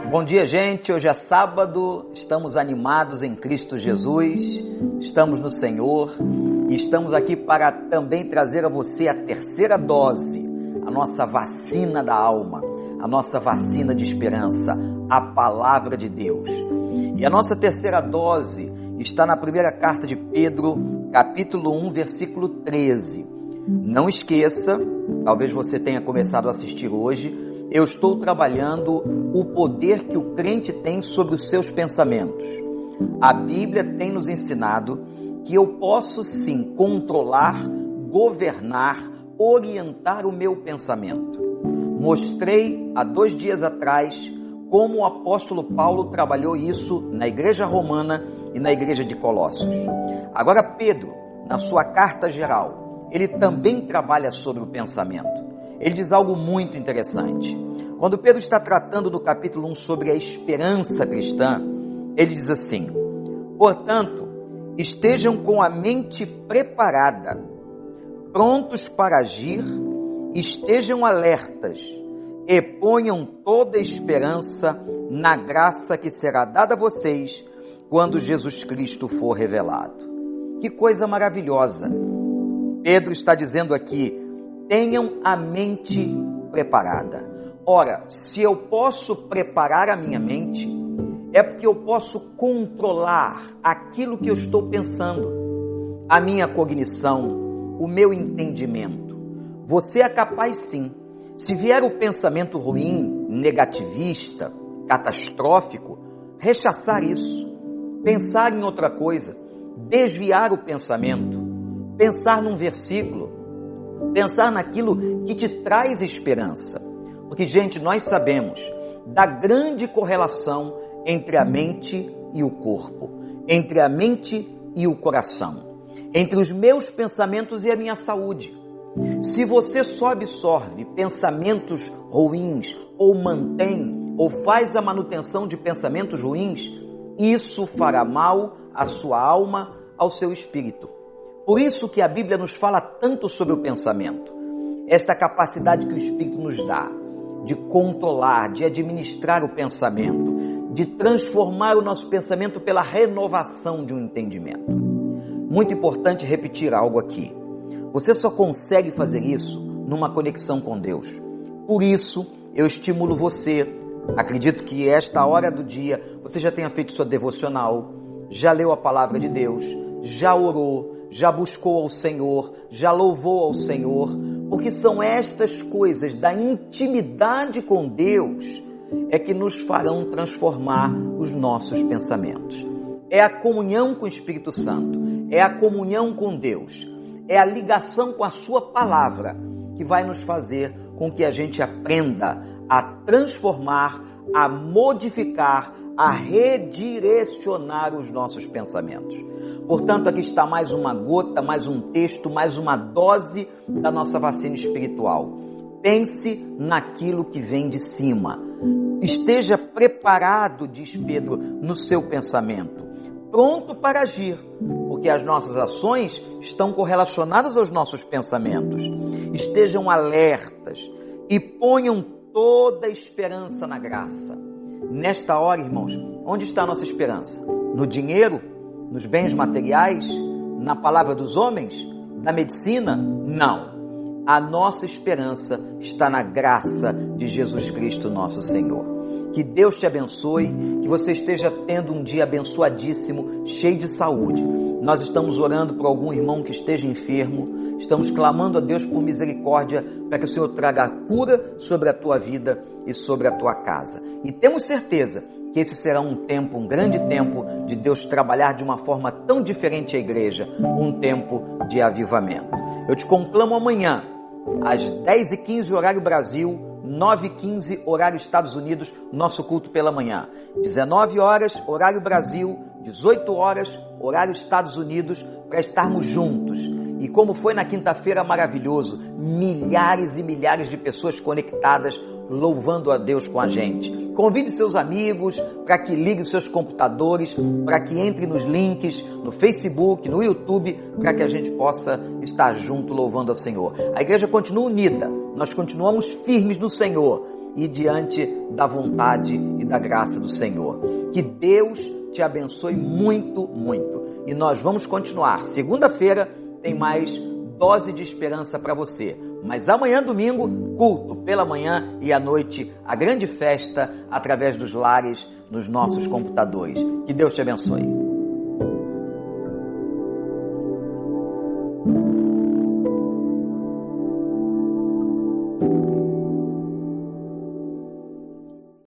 Bom dia, gente. Hoje é sábado, estamos animados em Cristo Jesus, estamos no Senhor e estamos aqui para também trazer a você a terceira dose, a nossa vacina da alma, a nossa vacina de esperança, a Palavra de Deus. E a nossa terceira dose está na primeira carta de Pedro, capítulo 1, versículo 13. Não esqueça, talvez você tenha começado a assistir hoje, eu estou trabalhando o poder que o crente tem sobre os seus pensamentos. A Bíblia tem nos ensinado que eu posso sim controlar, governar, orientar o meu pensamento. Mostrei há 2 dias atrás como o apóstolo Paulo trabalhou isso na igreja romana e na igreja de Colossos. Agora Pedro, na sua carta geral, ele também trabalha sobre o pensamento. Ele diz algo muito interessante. Quando Pedro está tratando no capítulo 1 sobre a esperança cristã, ele diz assim: portanto, estejam com a mente preparada, prontos para agir, estejam alertas e ponham toda a esperança na graça que será dada a vocês quando Jesus Cristo for revelado. Que coisa maravilhosa! Pedro está dizendo aqui: tenham a mente preparada. Ora, se eu posso preparar a minha mente, é porque eu posso controlar aquilo que eu estou pensando, a minha cognição, o meu entendimento. Você é capaz sim. Se vier o pensamento ruim, negativista, catastrófico, rechaçar isso, pensar em outra coisa, desviar o pensamento, pensar num versículo, pensar naquilo que te traz esperança. Porque, gente, nós sabemos da grande correlação entre a mente e o corpo, entre a mente e o coração, entre os meus pensamentos e a minha saúde. Se você só absorve pensamentos ruins, ou mantém, ou faz a manutenção de pensamentos ruins, isso fará mal à sua alma, ao seu espírito. Por isso que a Bíblia nos fala tanto sobre o pensamento, esta capacidade que o Espírito nos dá de controlar, de administrar o pensamento, de transformar o nosso pensamento pela renovação de um entendimento. Muito importante repetir algo aqui. Você só consegue fazer isso numa conexão com Deus. Por isso, eu estimulo você. Acredito que esta hora do dia você já tenha feito sua devocional, já leu a palavra de Deus, já orou, já buscou ao Senhor, já louvou ao Senhor, porque são estas coisas da intimidade com Deus é que nos farão transformar os nossos pensamentos. É a comunhão com o Espírito Santo, é a comunhão com Deus, é a ligação com a sua palavra que vai nos fazer com que a gente aprenda a transformar, a modificar, a redirecionar os nossos pensamentos. Portanto, aqui está mais uma gota, mais um texto, mais uma dose da nossa vacina espiritual. Pense naquilo que vem de cima. Esteja preparado, diz Pedro, no seu pensamento, pronto para agir, porque as nossas ações estão correlacionadas aos nossos pensamentos. Estejam alertas e ponham toda a esperança na graça. Nesta hora, irmãos, onde está a nossa esperança? No dinheiro? Nos bens materiais? Na palavra dos homens? Na medicina? Não. A nossa esperança está na graça de Jesus Cristo, nosso Senhor. Que Deus te abençoe, que você esteja tendo um dia abençoadíssimo, cheio de saúde. Nós estamos orando por algum irmão que esteja enfermo, estamos clamando a Deus por misericórdia para que o Senhor traga a cura sobre a tua vida e sobre a tua casa. E temos certeza que esse será um tempo, um grande tempo de Deus trabalhar de uma forma tão diferente a igreja, um tempo de avivamento. Eu te conclamo amanhã, às 10h15, horário Brasil, 9h15, horário Estados Unidos, nosso culto pela manhã. 19 horas, horário Brasil, 18 horas, horário Estados Unidos, para estarmos juntos. E como foi na quinta-feira maravilhoso, milhares e milhares de pessoas conectadas, louvando a Deus com a gente. Convide seus amigos para que liguem seus computadores, para que entre nos links, no Facebook, no YouTube, para que a gente possa estar junto louvando ao Senhor. A igreja continua unida, nós continuamos firmes no Senhor e diante da vontade e da graça do Senhor. Que Deus te abençoe muito, muito. E nós vamos continuar. Segunda-feira tem mais dose de esperança para você. Mas amanhã, domingo, culto pela manhã e à noite, a grande festa através dos lares, nos nossos computadores. Que Deus te abençoe.